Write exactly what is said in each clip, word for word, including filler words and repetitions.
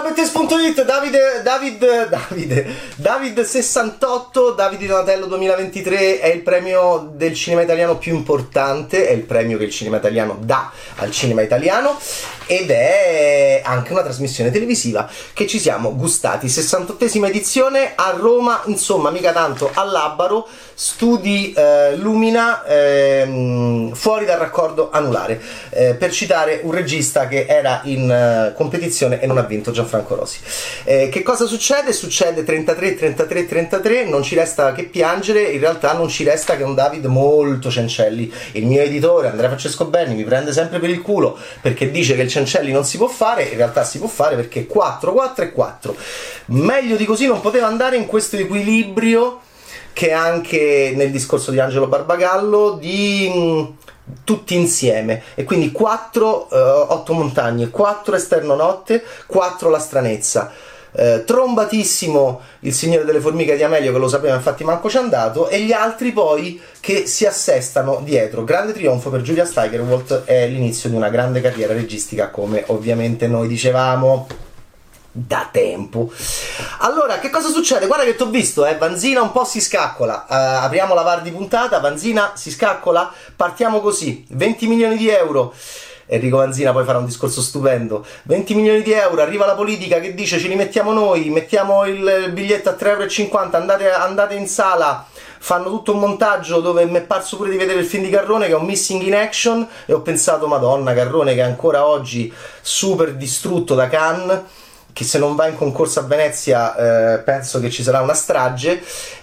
Bettes punto it, Davide, David, Davide, David sessantotto, Davide Donatello duemilaventitré è il premio del cinema italiano più importante, è il premio che il cinema italiano dà al cinema italiano ed è anche una trasmissione televisiva che ci siamo gustati. sessantottesima edizione a Roma, insomma mica tanto, a Labaro, studi eh, Lumina, eh, fuori dal raccordo anulare, eh, per citare un regista che era in eh, competizione e non ha vinto, Gianfranco Rosi. Eh, che cosa succede? Succede trentatré trentatré trentatré, non ci resta che piangere, in realtà non ci resta che un David molto Cencelli. Il mio editore Andrea Francesco Berni mi prende sempre per il culo perché dice che il Cencelli non si può fare, in realtà si può fare perché quattro, quattro e quattro. Meglio di così non poteva andare in questo equilibrio che anche nel discorso di Angelo Barbagallo di mh, tutti insieme, e quindi quattro, uh, otto montagne, quattro esterno notte, quattro la stranezza, uh, trombatissimo il Signore delle Formiche di Amelio, che lo sapeva infatti manco ci è andato, e gli altri poi che si assestano dietro. Grande trionfo per Julia Steigerwalt, è l'inizio di una grande carriera registica, come ovviamente noi dicevamo da tempo. Allora, che cosa succede? Guarda che t'ho visto, eh? Vanzina un po' si scaccola. Uh, apriamo la V A R di puntata, Vanzina si scaccola, partiamo così, venti milioni di euro. Enrico Vanzina poi farà un discorso stupendo. venti milioni di euro, arriva la politica che dice ce li mettiamo noi, mettiamo il biglietto a tre euro e cinquanta, andate, andate in sala. Fanno tutto un montaggio dove mi è parso pure di vedere il film di Garrone, che è un missing in action, e ho pensato, madonna, Garrone che è ancora oggi super distrutto da Cannes, che se non va in concorso a Venezia eh, penso che ci sarà una strage,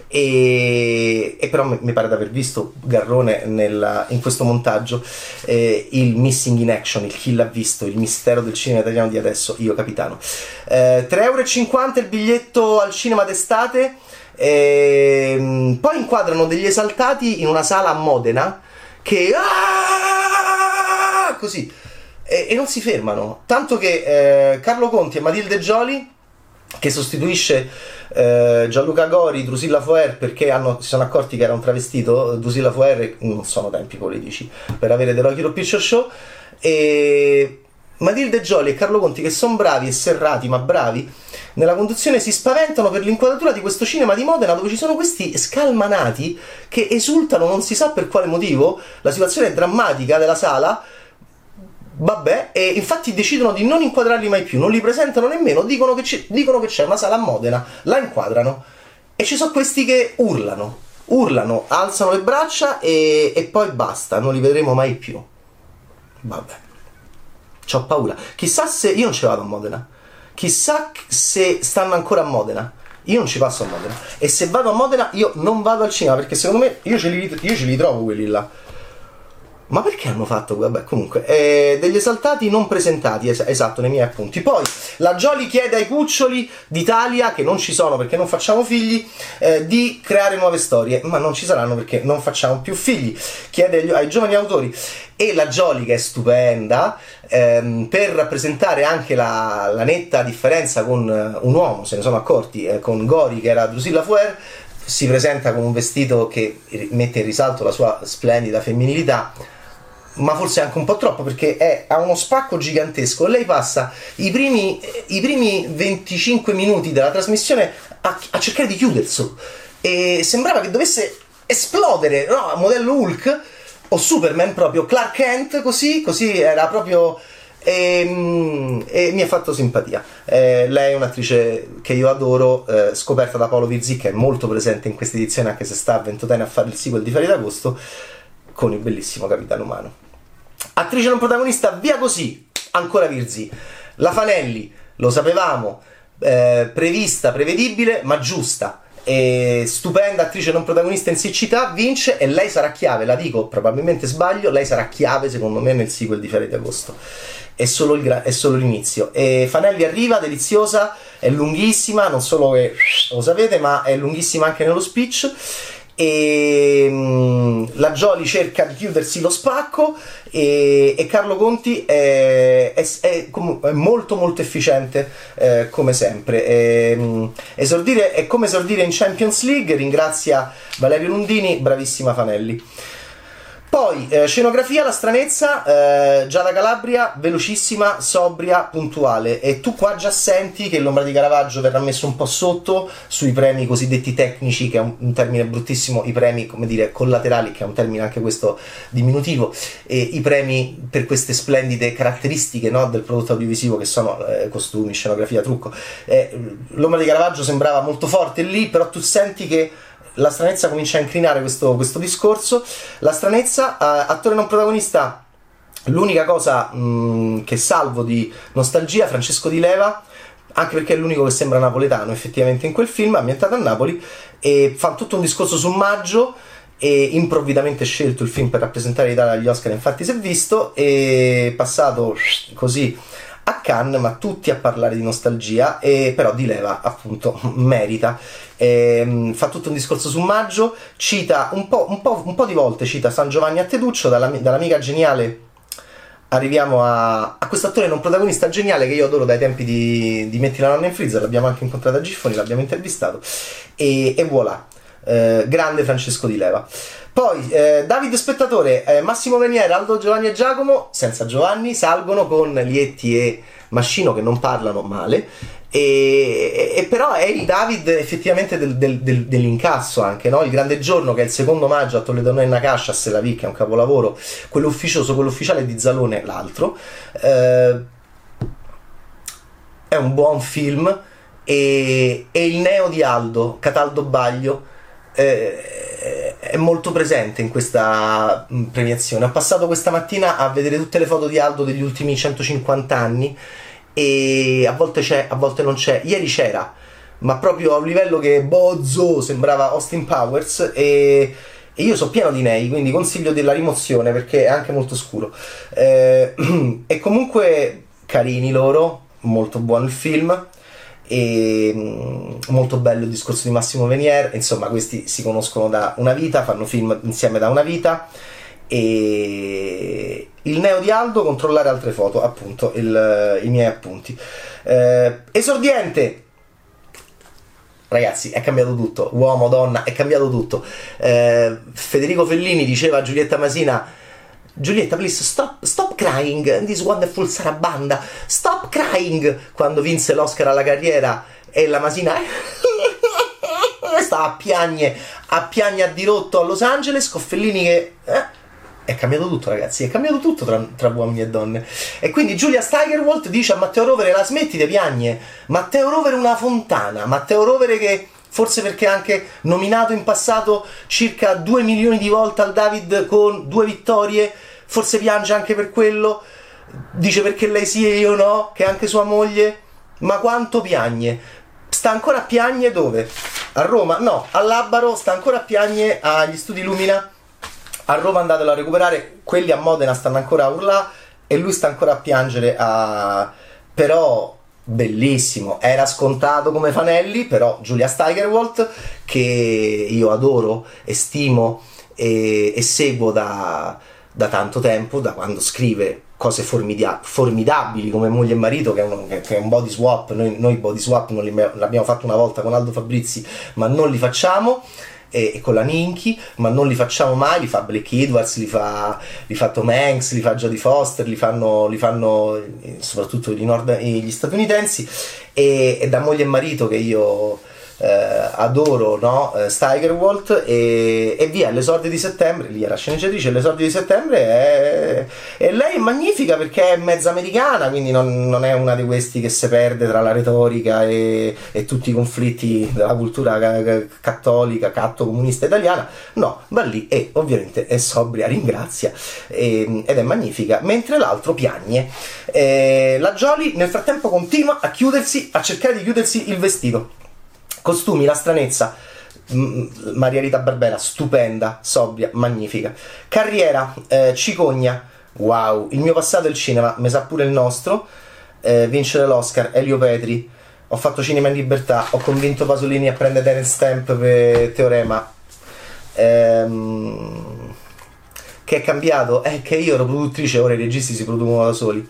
e, e però mi pare di aver visto Garrone nella, in questo montaggio, eh, il missing in action, il chi l'ha visto, il mistero del cinema italiano di adesso, io capitano. eh, tre euro e cinquanta il biglietto al cinema d'estate, e poi inquadrano degli esaltati in una sala a Modena che ah! così, e non si fermano, tanto che eh, Carlo Conti e Matilde Gioli, che sostituisce eh, Gianluca Gori, Drusilla Foer, perché hanno, si sono accorti che era un travestito, Drusilla Foer non sono tempi politici per avere The Rocky Horror Picture Show, e Matilde Gioli e Carlo Conti, che sono bravi e serrati ma bravi nella conduzione, si spaventano per l'inquadratura di questo cinema di Modena dove ci sono questi scalmanati che esultano non si sa per quale motivo. La situazione è drammatica della sala. Vabbè, e infatti decidono di non inquadrarli mai più, non li presentano nemmeno, dicono che, c- dicono che c'è una sala a Modena, la inquadrano, e ci sono questi che urlano, urlano, alzano le braccia e, e poi basta, non li vedremo mai più. Vabbè, c'ho paura, chissà se, io non ci vado a Modena, chissà se stanno ancora a Modena, io non ci passo a Modena, e se vado a Modena io non vado al cinema, perché secondo me io ce li, io ce li trovo quelli là. Ma perché hanno fatto, vabbè, comunque, eh, degli esaltati non presentati, es- esatto, nei miei appunti. Poi la Gioli chiede ai cuccioli d'Italia, che non ci sono perché non facciamo figli, eh, di creare nuove storie, ma non ci saranno perché non facciamo più figli. Chiede agli- ai giovani autori, e la Gioli, che è stupenda, ehm, per rappresentare anche la, la netta differenza con uh, un uomo, se ne sono accorti, eh, con Gori, che era Drusilla Foer, si presenta con un vestito che mette in risalto la sua splendida femminilità, ma forse anche un po' troppo, perché è, ha uno spacco gigantesco. Lei passa i primi, i primi venticinque minuti della trasmissione a, a cercare di chiuderselo, e sembrava che dovesse esplodere, no? Modello Hulk o Superman, proprio Clark Kent, così, così era proprio, e, e mi ha fatto simpatia. Eh, lei è un'attrice che io adoro, eh, scoperta da Paolo Virzì, che è molto presente in questa edizione, anche se sta a Ventotene a fare il sequel di Ferri d'Agosto con il bellissimo Capitano Umano. Attrice non protagonista, via così, ancora Virzì. La Fanelli, lo sapevamo, eh, prevista, prevedibile, ma giusta. E stupenda attrice non protagonista in siccità, vince, e lei sarà chiave, la dico, probabilmente sbaglio, lei sarà chiave secondo me nel sequel di Ferri d'Agosto. È solo, il gra- è solo l'inizio. E Fanelli arriva, deliziosa, è lunghissima, non solo che lo sapete, ma è lunghissima anche nello speech. E mh, la Gioli cerca di chiudersi lo spacco, e, e Carlo Conti è, è, è, è molto molto efficiente, eh, come sempre. E, mh, esordire, è come esordire in Champions League. Ringrazia Valerio Lundini, bravissima Fanelli. Poi, eh, scenografia, La Stranezza, eh, Giada Calabria, velocissima, sobria, puntuale. E tu qua già senti che L'Ombra di Caravaggio verrà messo un po' sotto sui premi cosiddetti tecnici, che è un, un termine bruttissimo, i premi, come dire, collaterali, che è un termine anche questo diminutivo, e i premi per queste splendide caratteristiche, no, del prodotto audiovisivo, che sono eh, costumi, scenografia, trucco. Eh, L'Ombra di Caravaggio sembrava molto forte lì, però tu senti che La Stranezza comincia a incrinare questo, questo discorso. La Stranezza, eh, attore non protagonista, l'unica cosa mh, che salvo di nostalgia, Francesco Di Leva, anche perché è l'unico che sembra napoletano effettivamente in quel film, ambientato a Napoli, e fa tutto un discorso su Maggio, e improvvidamente scelto il film per rappresentare l'Italia agli Oscar, infatti si è visto, e passato così a Cannes, ma tutti a parlare di nostalgia, e però Di Leva appunto merita. E, fa tutto un discorso su Maggio, cita un po', un po', un po' di volte, cita San Giovanni a Teduccio, dalla, dall'amica geniale arriviamo a, a questo attore non protagonista geniale che io adoro dai tempi di, di Metti la nonna in freezer, l'abbiamo anche incontrato a Giffoni, l'abbiamo intervistato, e, e voilà, eh, grande Francesco Di Leva. Poi eh, Davide Spettatore, eh, Massimo Venier, Aldo, Giovanni e Giacomo, senza Giovanni, salgono con Lietti e Mascino, che non parlano male, e, e però è il David effettivamente del, del, del, dell'incasso anche, no? Il Grande Giorno, che è il secondo maggio, a Toledo e Nakasha, se la vi, che è un capolavoro, quello ufficioso, quello ufficiale di Zalone, l'altro, eh, è un buon film, e, e il neo di Aldo, Cataldo Baglio, eh, è molto presente in questa premiazione. Ho passato questa mattina a vedere tutte le foto di Aldo degli ultimi centocinquanta anni, e a volte c'è, a volte non c'è. Ieri c'era, ma proprio a un livello che bozzo, sembrava Austin Powers, e, e io so pieno di nei, quindi consiglio della rimozione perché è anche molto scuro. Eh, e comunque carini loro, molto buono il film, e molto bello il discorso di Massimo Venier. Insomma, questi si conoscono da una vita, fanno film insieme da una vita. E il neo di Aldo, controllare altre foto, appunto il, i miei appunti. Eh, esordiente, ragazzi, è cambiato tutto, uomo, donna, è cambiato tutto. Eh, Federico Fellini diceva a Giulietta Masina: Giulietta, please stop, stop crying in this wonderful sarabanda, stop crying, quando vinse l'Oscar alla carriera, e la Masina stava a piagne a piagne a dirotto a Los Angeles, con Fellini che eh, è cambiato tutto, ragazzi, è cambiato tutto tra, tra uomini e donne. E quindi Giulia Steigerwald dice a Matteo Rovere: la smetti di piagne? Matteo Rovere una fontana, Matteo Rovere che forse perché ha anche nominato in passato circa due milioni di volte al David con due vittorie, forse piange anche per quello, dice perché lei sì e io no, che è anche sua moglie, ma quanto piagne? Sta ancora a piagne dove? A Roma? No, a Labaro, sta ancora a piagne agli studi Lumina. A Roma andatelo a recuperare, quelli a Modena stanno ancora a urlare e lui sta ancora a piangere a... però bellissimo, era scontato come Fanelli, però Giulia Steigerwald, che io adoro e stimo e, e seguo da, da tanto tempo, da quando scrive cose formidia- formidabili come Moglie e Marito, che è un, che è un body swap. Noi, noi body swap non li, l'abbiamo fatto una volta con Aldo Fabrizi, ma non li facciamo, e, e con la Ninchi, ma non li facciamo mai. Li fa Blake Edwards, li fa, li fa Tom Hanks, li fa Jodie Foster, li fanno, li fanno soprattutto gli, nord, gli statunitensi, e, e da Moglie e Marito, che io eh, adoro, no? Steigerwald, e, e via, l'esordio di settembre, lì era sceneggiatrice, l'esordio di settembre è, e lei è magnifica perché è mezza americana, quindi non, non è una di questi che si perde tra la retorica e, e tutti i conflitti della cultura cattolica, catto-comunista italiana. No, va lì e ovviamente è sobria, ringrazia, e, ed è magnifica, mentre l'altro piagne. E la Jolie nel frattempo continua a chiudersi, a cercare di chiudersi il vestito. Costumi, La Stranezza, Maria Rita Barbera, stupenda, sobria, magnifica. Carriera, eh, Cicogna, wow. Il mio passato è il cinema, me sa pure il nostro. Eh, vincere l'Oscar, Elio Petri. Ho fatto Cinema in Libertà, ho convinto Pasolini a prendere Terence Stamp per Teorema. Ehm, che è cambiato? È che io ero produttrice, ora i registi si producono da soli.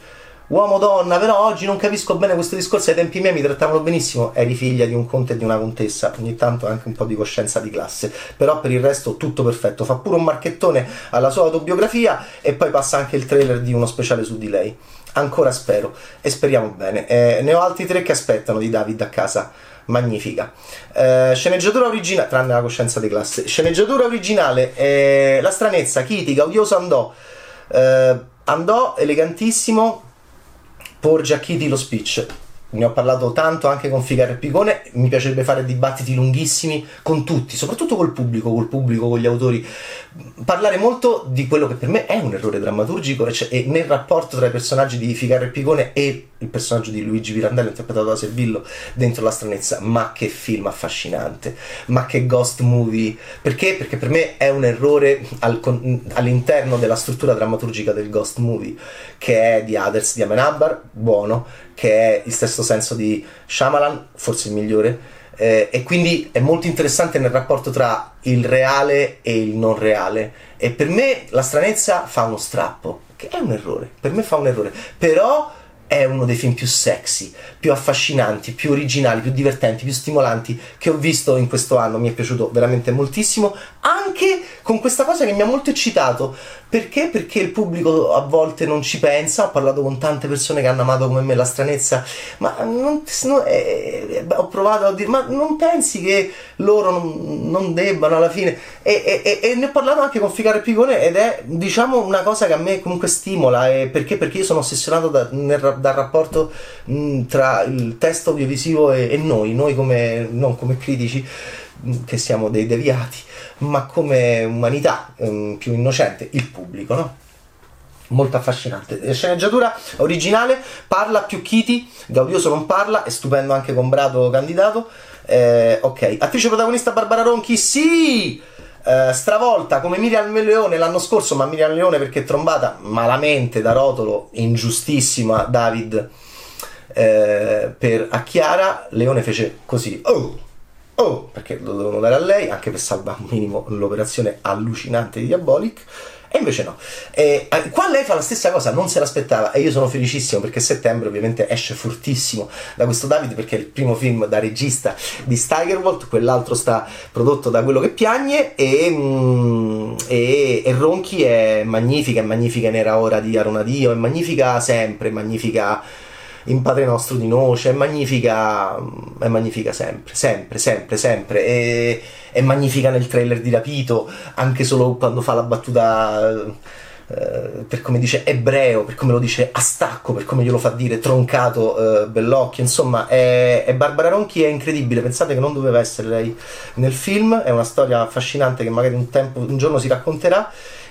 uomo donna, però oggi non capisco bene questo discorso, ai tempi miei mi trattavano benissimo, eri figlia di un conte e di una contessa, ogni tanto anche un po' di coscienza di classe, però per il resto tutto perfetto, fa pure un marchettone alla sua autobiografia e poi passa anche il trailer di uno speciale su di lei. Ancora spero e speriamo bene. Eh, ne ho altri tre che aspettano di David a casa. Magnifica. Eh, sceneggiatura originale, tranne la coscienza di classe. Sceneggiatura originale, eh, La stranezza, Chiti, Gaudioso andò. Eh, andò, elegantissimo, porge a Chiti lo speech. Ne ho parlato tanto anche con Figaro e Picone, mi piacerebbe fare dibattiti lunghissimi con tutti, soprattutto col pubblico, col pubblico, con gli autori, parlare molto di quello che per me è un errore drammaturgico e, cioè, e nel rapporto tra i personaggi di Figaro e Picone e il personaggio di Luigi Pirandello interpretato da Servillo dentro La stranezza. Ma che film affascinante, ma che ghost movie, perché? Perché per me è un errore al, all'interno della struttura drammaturgica del ghost movie, che è di Others di Amenabar, buono, che è il stesso senso di Shyamalan, forse il migliore, eh, e quindi è molto interessante nel rapporto tra il reale e il non reale, e per me La stranezza fa uno strappo, che è un errore, per me fa un errore, però è uno dei film più sexy, più affascinanti, più originali, più divertenti, più stimolanti che ho visto in questo anno. Mi è piaciuto veramente moltissimo, anche con questa cosa che mi ha molto eccitato. Perché? Perché il pubblico a volte non ci pensa. Ho parlato con tante persone che hanno amato come me La stranezza, ma non, no, eh, ho provato a dire, ma non pensi che loro non, non debbano alla fine? E, e, e ne ho parlato anche con Figaro e Picone, ed è, diciamo, una cosa che a me comunque stimola. E perché? Perché io sono ossessionato da, nel, dal rapporto mh, tra il testo audiovisivo e, e noi, noi come, non come critici, mh, che siamo dei deviati, ma come umanità um, più innocente, il pubblico, no? Molto affascinante. Sceneggiatura originale, parla più Chiti, Gaudioso non parla, è stupendo anche con Brato candidato. Eh, ok, attrice protagonista Barbara Ronchi, sì! Eh, stravolta come Miriam Leone l'anno scorso, ma Miriam Leone perché è trombata malamente da rotolo, ingiustissima, David, eh, per a Chiara. Leone fece così, oh! Oh, perché lo dovevano dare a lei, anche per salvare un minimo l'operazione allucinante di Diabolic, e invece no. E, eh, qua lei fa la stessa cosa, non se l'aspettava, e io sono felicissimo perché settembre ovviamente esce fortissimo da questo David, perché è il primo film da regista di Steigerwald, quell'altro sta prodotto da Quello che piagne, e, mm, e, e Ronchi è magnifica, è magnifica in Era ora di Aronadio, è magnifica sempre, è magnifica in Padre Nostro di Noce, è magnifica, è magnifica sempre, sempre, sempre, sempre, e, è magnifica nel trailer di Rapito, anche solo quando fa la battuta, eh, per come dice ebreo, per come lo dice a stacco, per come glielo fa dire troncato, eh, Bellocchio, insomma, è, è Barbara Ronchi, è incredibile, pensate che non doveva essere lei nel film, è una storia affascinante che magari un, tempo, un giorno si racconterà,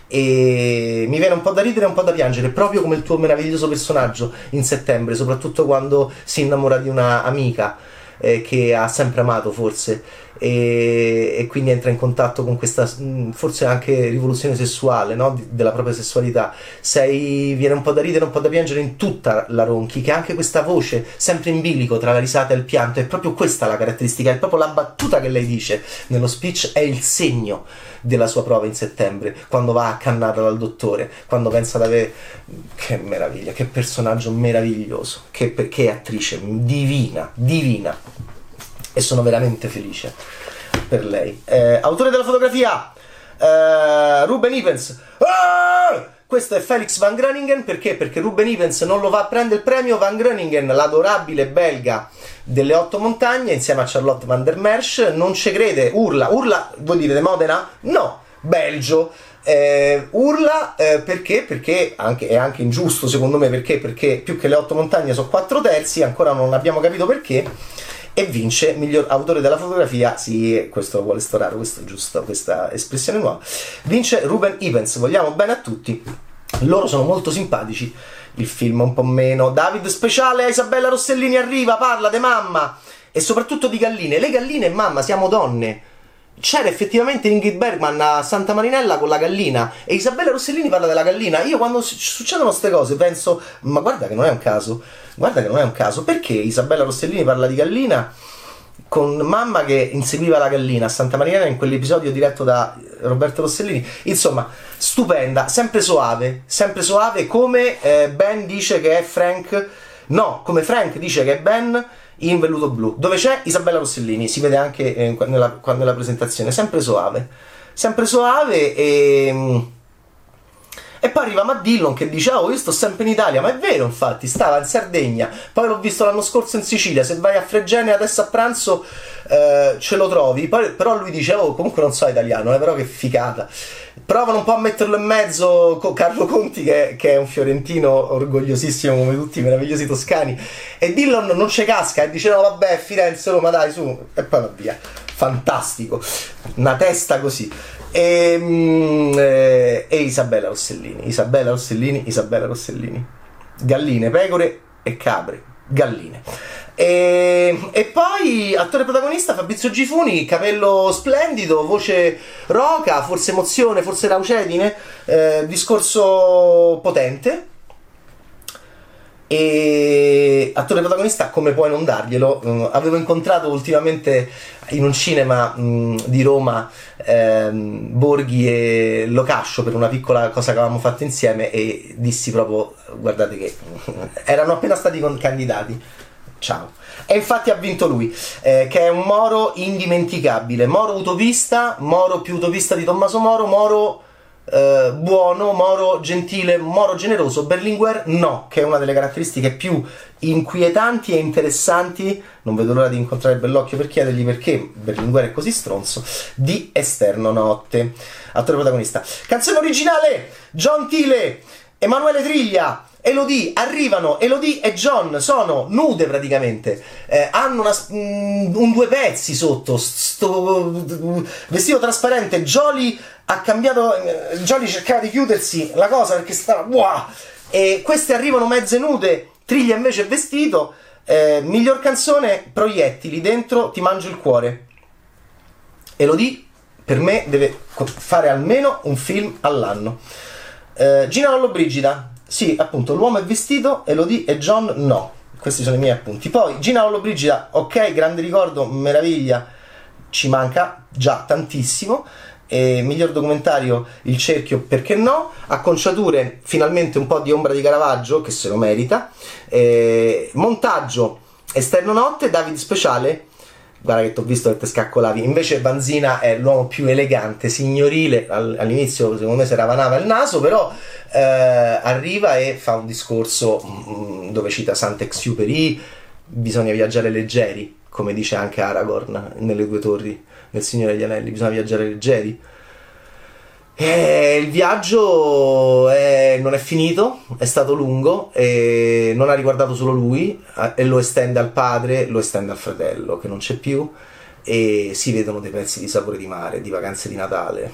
e mi viene un po' da ridere e un po' da piangere, proprio come il tuo meraviglioso personaggio in settembre, soprattutto quando si innamora di una amica eh, che ha sempre amato forse, e, e quindi entra in contatto con questa forse anche rivoluzione sessuale, no? Di, della propria sessualità. Sei, viene un po' da ridere, un po' da piangere in tutta la Ronchi, che ha anche questa voce sempre in bilico tra la risata e il pianto, è proprio questa la caratteristica, è proprio la battuta che lei dice nello speech, è il segno della sua prova in settembre, quando va accannata dal dottore, quando pensa ad avere, che meraviglia, che personaggio meraviglioso, che, che attrice divina, divina, e sono veramente felice per lei. Eh, autore della fotografia, eh, Ruben Ivens. Ah! Questo è Felix Van Groningen, perché? Perché Ruben Ivens non lo va a prendere il premio. Van Groningen, l'adorabile belga delle otto montagne, insieme a Charlotte van der Merch, non ci crede, urla, urla, voi dite di Modena? No, Belgio. Eh, urla eh, perché? Perché anche, è anche ingiusto secondo me, perché? Perché più che le otto montagne sono quattro terzi, ancora non abbiamo capito perché. E vince miglior autore della fotografia, sì, questo vuole storare, questo è giusto, questa espressione nuova. Vince Ruben Ivens, vogliamo bene a tutti, loro sono molto simpatici, il film un po' meno. David speciale a Isabella Rossellini, arriva, parla di mamma e soprattutto di galline. Le galline e mamma, siamo donne. C'era effettivamente Ingrid Bergman a Santa Marinella con la gallina e Isabella Rossellini parla della gallina. Io quando succedono queste cose penso, ma guarda che non è un caso, guarda che non è un caso, perché Isabella Rossellini parla di gallina? con mamma che inseguiva la gallina a Santa Mariana in quell'episodio diretto da Roberto Rossellini. Insomma, stupenda, sempre soave, sempre soave, come eh, Ben dice che è Frank, no, come Frank dice che è Ben in Velluto Blu, dove c'è Isabella Rossellini, si vede anche eh, nella, nella presentazione, sempre soave, sempre soave e... E poi arriva Matt Dillon che dice: oh, io sto sempre in Italia, ma è vero, infatti, stava in Sardegna, poi l'ho visto l'anno scorso in Sicilia, se vai a Fregene adesso a pranzo eh, ce lo trovi. Poi, però lui dice: oh, comunque non so italiano, eh, però che figata. Provano un po' a metterlo in mezzo con Carlo Conti, che, che è un fiorentino orgogliosissimo come tutti i meravigliosi toscani, e Dillon non ci casca e dice: no vabbè, Firenze, Roma, dai, su, e poi va via. Fantastico, una testa così. E, e, e Isabella Rossellini, Isabella Rossellini, Isabella Rossellini, galline, pecore e capre, galline. E, e poi attore protagonista Fabrizio Gifuni, capello splendido, voce roca, forse emozione, forse raucedine, eh, discorso potente. E attore protagonista, come puoi non darglielo? Uh, avevo incontrato ultimamente in un cinema mh, di Roma ehm, Borghi e Locascio per una piccola cosa che avevamo fatto insieme e dissi proprio: guardate che erano appena stati candidati, ciao. E infatti ha vinto lui, eh, che è un Moro indimenticabile, Moro utopista, Moro più utopista di Tommaso Moro, Moro Uh, buono, Moro gentile, Moro generoso. Berlinguer no, che è una delle caratteristiche più inquietanti e interessanti, non vedo l'ora di incontrare Bellocchio per chiedergli perché Berlinguer è così stronzo, di Esterno Notte. Attore protagonista. Canzone originale John Thiele, Emanuele Triglia, Elodie. Arrivano, Elodie e John sono nude praticamente, eh, hanno una, mm, un due pezzi sotto, sto vestito trasparente. Jolie ha cambiato, eh, Jolie cercava di chiudersi la cosa perché stava wow! E queste arrivano mezze nude, Triglia invece è vestito. Eh, miglior canzone, Proiettili, dentro Ti mangio il cuore. Elodie per me deve fare almeno un film all'anno. eh, Gina Lollobrigida, sì, appunto, l'uomo è vestito, Elodie e John no. Questi sono i miei appunti. Poi Gina Lollobrigida, ok, grande ricordo, meraviglia, ci manca già tantissimo. E miglior documentario Il cerchio, perché no. Acconciature, finalmente un po' di Ombra di Caravaggio, che se lo merita. E montaggio Esterno Notte, David Speciale. Guarda che ti ho visto che te scaccolavi. Invece Vanzina è l'uomo più elegante, signorile. All'inizio secondo me si ravanava il naso, però eh, arriva e fa un discorso mh, dove cita Saint-Exupéry: bisogna viaggiare leggeri, come dice anche Aragorn nelle Due Torri, nel Signore degli Anelli, bisogna viaggiare leggeri. E il viaggio è, non è finito, è stato lungo e non ha riguardato solo lui, e lo estende al padre, lo estende al fratello che non c'è più, e si vedono dei pezzi di Sapore di mare, di Vacanze di Natale.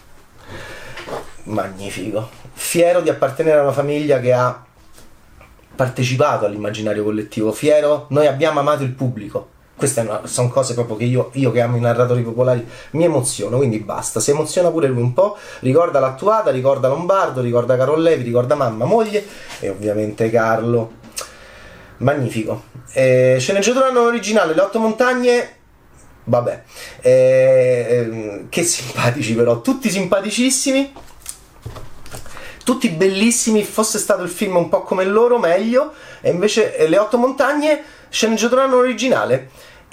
Magnifico. Fiero di appartenere a una famiglia che ha partecipato all'immaginario collettivo, fiero, noi abbiamo amato il pubblico. Queste sono cose proprio che io, io che amo i narratori popolari mi emoziono, quindi basta. Si emoziona pure lui un po', ricorda l'attuata, ricorda Lombardo, ricorda Carol Levi, ricorda mamma, moglie e ovviamente Carlo. Magnifico. Eh, sceneggiatura non originale, Le Otto Montagne, vabbè, eh, che simpatici però, tutti simpaticissimi, tutti bellissimi. Fosse stato il film un po' come loro, meglio. E invece eh, Le Otto Montagne, sceneggiatura non originale.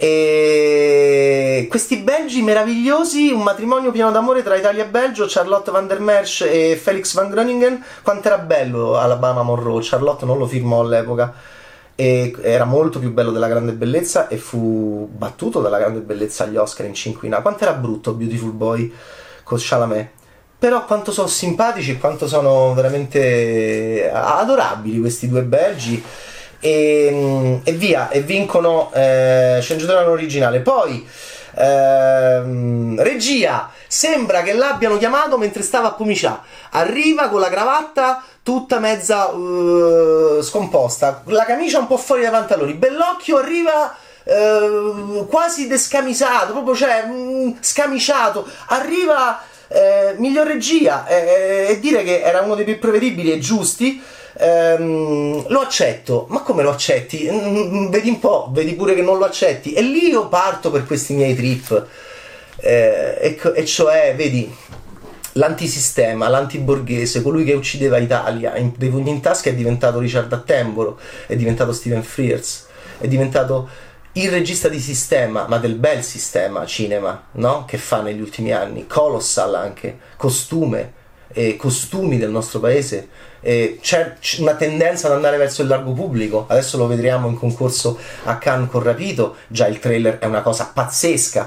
E questi belgi meravigliosi, un matrimonio pieno d'amore tra Italia e Belgio, Charlotte van der Merch e Felix van Groningen. Quanto era bello Alabama Monroe. Charlotte non lo firmò all'epoca e era molto più bello della Grande Bellezza e fu battuto dalla Grande Bellezza agli Oscar in cinquina. Quanto era brutto Beautiful Boy con Chalamet. Però quanto sono simpatici, quanto sono veramente adorabili questi due belgi. E, e via, e vincono eh, sceneggiatura non originale. Poi ehm, regia, sembra che l'abbiano chiamato mentre stava a Pomicià. Arriva con la cravatta tutta mezza uh, scomposta, la camicia un po' fuori dai pantaloni. Bellocchio arriva uh, quasi descamisato, proprio cioè mh, scamiciato. Arriva eh, miglior regia, e eh, eh, dire che era uno dei più prevedibili e giusti. ehm, lo accetto. Ma come lo accetti? Mm, vedi un po', vedi pure che non lo accetti. E lì io parto per questi miei trip, eh, e, e cioè, vedi, l'antisistema, l'antiborghese, colui che uccideva Italia in, dei pugni in tasca è diventato Richard Attenborough, è diventato Stephen Frears, è diventato il regista di sistema, ma del bel sistema cinema, no? Che fa negli ultimi anni, Colossal anche, costume, e costumi del nostro paese, e c'è una tendenza ad andare verso il largo pubblico, adesso lo vedremo in concorso a Cannes con Rapito, già il trailer è una cosa pazzesca,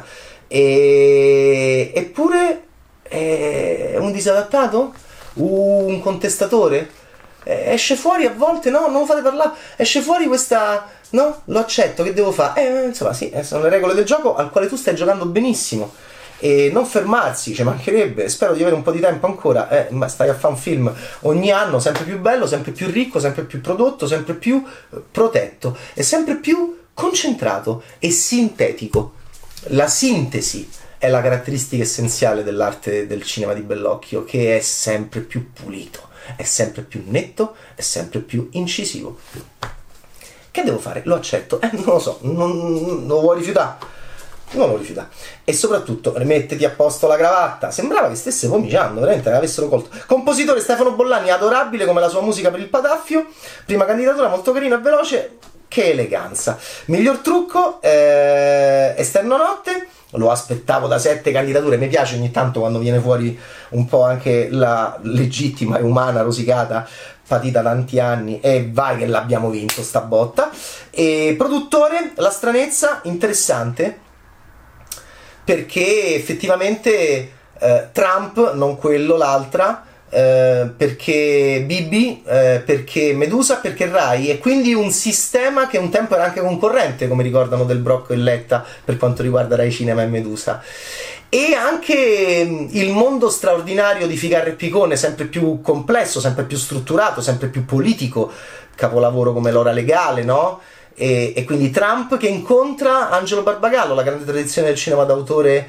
e... eppure è un disadattato? Un contestatore? Esce fuori a volte, no, non lo fate parlare, esce fuori questa, no, lo accetto, che devo fare? Eh, insomma, sì, sono le regole del gioco al quale tu stai giocando benissimo, e non fermarsi, ci mancherebbe, spero di avere un po' di tempo ancora, eh, ma stai a fare un film ogni anno sempre più bello, sempre più ricco, sempre più prodotto, sempre più protetto, e sempre più concentrato e sintetico. La sintesi è la caratteristica essenziale dell'arte del cinema di Bellocchio, che è sempre più pulito, è sempre più netto, è sempre più incisivo. Che devo fare? Lo accetto? Eh, non lo so, non, non lo vuoi rifiutare? Non lo rifiutare. E soprattutto, rimettiti a posto la cravatta. Sembrava che stesse vomicando, veramente, che avessero colto. Compositore Stefano Bollani, adorabile come la sua musica per il Pataffio. Prima candidatura, molto carina e veloce. Che eleganza. Miglior trucco, eh, Esterno Notte. Lo aspettavo da sette candidature, mi piace ogni tanto quando viene fuori un po' anche la legittima e umana rosicata patita tanti anni, e vai che l'abbiamo vinto sta botta. E produttore, La Stranezza, interessante, perché effettivamente eh, Trump, non quello, l'altra, eh, perché Bibi, eh, perché Medusa, perché Rai, e quindi un sistema che un tempo era anche concorrente, come ricordano Del Brocco e Letta, per quanto riguarda Rai Cinema e Medusa. E anche il mondo straordinario di Ficarra e Picone, sempre più complesso, sempre più strutturato, sempre più politico, capolavoro come L'Ora Legale, no? E, e quindi Trump che incontra Angelo Barbagallo, la grande tradizione del cinema d'autore,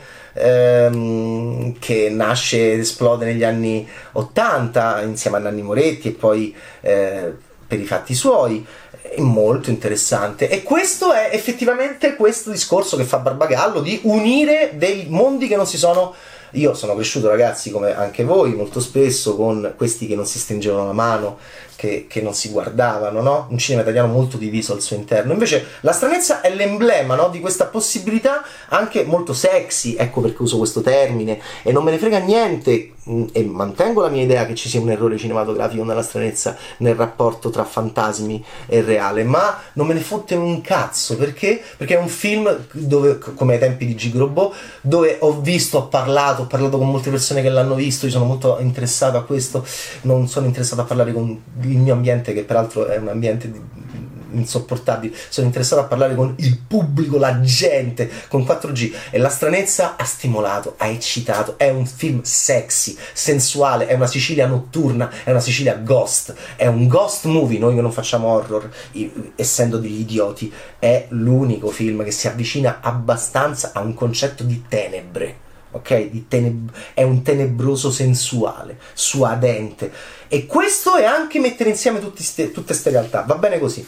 ehm, che nasce ed esplode negli anni ottanta insieme a Nanni Moretti e poi eh, per i fatti suoi. È molto interessante, e questo è effettivamente questo discorso che fa Barbagallo, di unire dei mondi che non si sono... Io sono cresciuto, ragazzi, come anche voi, molto spesso con questi che non si stringevano la mano, che, che non si guardavano, no? Un cinema italiano molto diviso al suo interno. Invece La Stranezza è l'emblema, no? Di questa possibilità anche molto sexy, ecco perché uso questo termine, e non me ne frega niente, e mantengo la mia idea che ci sia un errore cinematografico nella Stranezza, nel rapporto tra fantasmi e reale, ma non me ne fotte un cazzo, perché? Perché è un film dove, come ai tempi di Gigrobot, dove ho visto, ho parlato, ho parlato con molte persone che l'hanno visto, io sono molto interessato a questo, non sono interessato a parlare con il mio ambiente, che peraltro è un ambiente di, insopportabile, sono interessato a parlare con il pubblico, la gente, con quattro G, e La Stranezza ha stimolato, ha eccitato, è un film sexy, sensuale, è una Sicilia notturna, è una Sicilia ghost, è un ghost movie. Noi che non facciamo horror, essendo degli idioti, è l'unico film che si avvicina abbastanza a un concetto di tenebre. Ok? Di teneb- è un tenebroso sensuale, suadente, e questo è anche mettere insieme tutti ste- tutte queste realtà. Va bene così.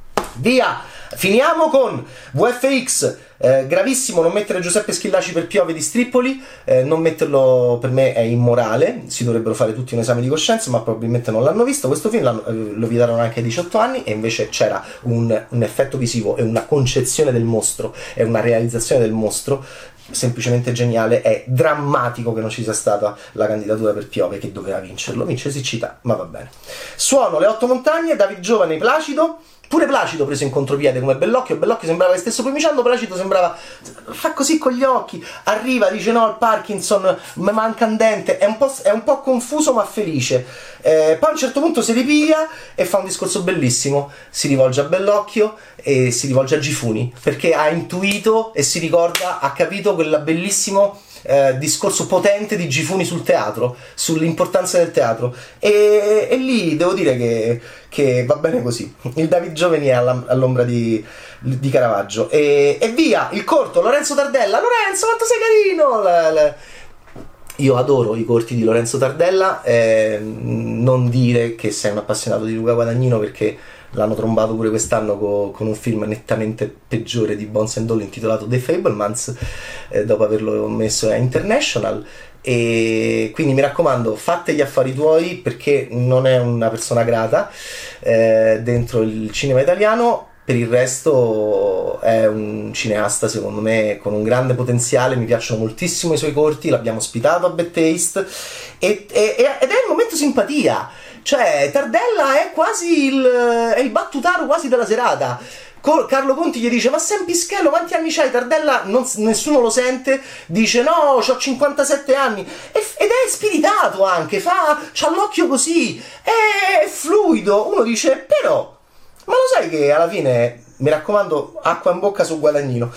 Via! Finiamo con V F X, eh, gravissimo non mettere Giuseppe Schillaci per Piove di Strippoli, eh, non metterlo per me è immorale, si dovrebbero fare tutti un esame di coscienza, ma probabilmente non l'hanno visto. Questo film l'hanno, eh, lo vietarono anche ai diciotto anni, e invece c'era un, un effetto visivo e una concezione del mostro e una realizzazione del mostro semplicemente geniale. È drammatico che non ci sia stata la candidatura per Piove, che doveva vincerlo, vince siccità, ma va bene. Suono Le Otto Montagne, David Giovane, Placido. Pure Placido preso in contropiede come Bellocchio. Bellocchio sembrava che stesse pomiciando, Placido sembrava fa così con gli occhi, arriva, dice no al Parkinson, mi manca un dente, è un po', è un po' confuso ma felice, eh, poi a un certo punto si ripiglia e fa un discorso bellissimo, si rivolge a Bellocchio e si rivolge a Gifuni, perché ha intuito e si ricorda, ha capito quel bellissimo Eh, discorso potente di Gifuni sul teatro, sull'importanza del teatro, e, e lì devo dire che, che va bene così. Il David Giovani è all'ombra di, di Caravaggio, e, e via il corto. Lorenzo Tardella, Lorenzo quanto sei carino, la, la, Io adoro i corti di Lorenzo Tardella, eh, non dire che sei un appassionato di Luca Guadagnino, perché l'hanno trombato pure quest'anno co- con un film nettamente peggiore di Bones and All intitolato The Fablemans, eh, dopo averlo messo a International. E quindi mi raccomando, fate gli affari tuoi, perché non è una persona grata eh, dentro il cinema italiano. Per il resto è un cineasta secondo me con un grande potenziale, mi piacciono moltissimo i suoi corti, l'abbiamo ospitato a Bad Taste e, e, ed è il momento simpatia, cioè Tardella è quasi il, è il battutaro quasi della serata. Carlo Conti gli dice: ma sei un pischello, quanti anni c'hai? Tardella non, nessuno lo sente, dice: no, ho cinquantasette anni, e, ed è spiritato anche, fa, c'ha l'occhio così, è, è fluido. Uno dice: però ma lo sai che alla fine, mi raccomando, acqua in bocca su Guadagnino.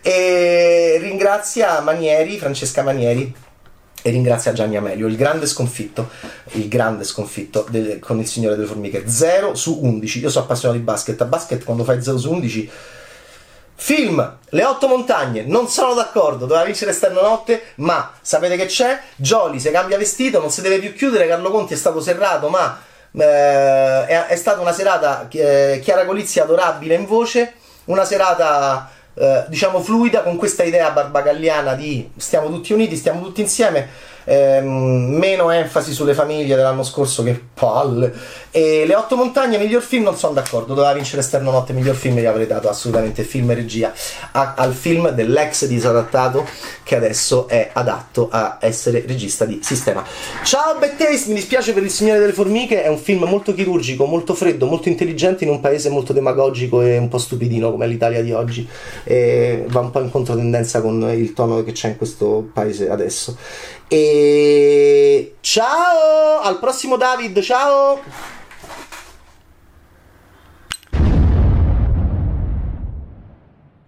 E ringrazia Manieri, Francesca Manieri, e ringrazia Gianni Amelio, il grande sconfitto, il grande sconfitto del, con il Signore delle Formiche. Zero su undici. Io sono appassionato di basket. A basket quando fai zero su undici... Film, Le Otto Montagne, non sono d'accordo, doveva vincere Esterno Notte, ma sapete che c'è? Jolie se cambia vestito, non si deve più chiudere, Carlo Conti è stato serrato, ma eh, è, è stata una serata, eh, Chiara Colizzi adorabile in voce, una serata eh, diciamo fluida, con questa idea barbagalliana di stiamo tutti uniti, stiamo tutti insieme. Ehm, meno enfasi sulle famiglie dell'anno scorso, che palle. E Le Otto Montagne, miglior film, non sono d'accordo, doveva vincere Esterno Notte, miglior film gli avrei dato assolutamente film e regia a, al film dell'ex disadattato che adesso è adatto a essere regista di Sistema. Ciao Bad Taste, mi dispiace per Il Signore delle Formiche, è un film molto chirurgico, molto freddo, molto intelligente in un paese molto demagogico e un po' stupidino come l'Italia di oggi, e va un po' in controtendenza con il tono che c'è in questo paese adesso. E ciao, al prossimo David, ciao!